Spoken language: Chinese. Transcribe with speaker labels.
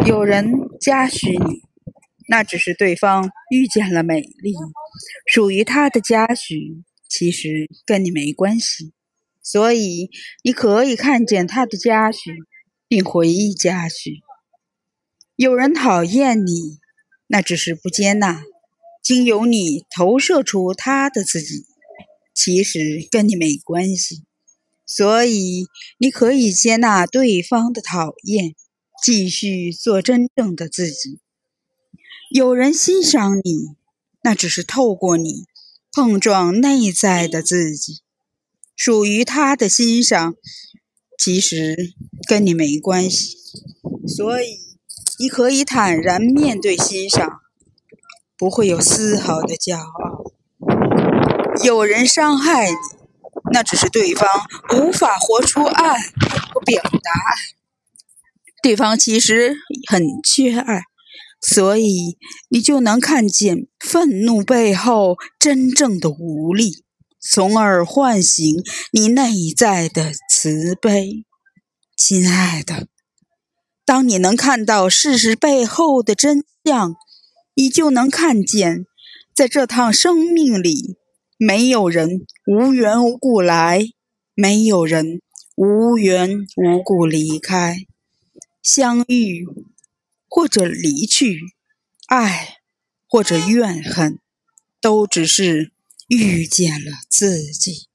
Speaker 1: 有人嘉许你，那只是对方遇见了美丽，属于他的嘉许其实跟你没关系，所以你可以看见他的嘉许并回忆嘉许。有人讨厌你，那只是不接纳，经由你投射出他的自己，其实跟你没关系，所以你可以接纳对方的讨厌，继续做真正的自己。有人欣赏你，那只是透过你碰撞内在的自己，属于他的欣赏其实跟你没关系，所以你可以坦然面对欣赏，不会有丝毫的骄傲。有人伤害你，那只是对方无法活出爱和表达爱，对方其实很缺爱，所以你就能看见愤怒背后真正的无力，从而唤醒你内在的慈悲。亲爱的，当你能看到事实背后的真相，你就能看见，在这趟生命里，没有人无缘无故来，没有人无缘无故离开。相遇或者离去，爱或者怨恨，都只是遇见了自己。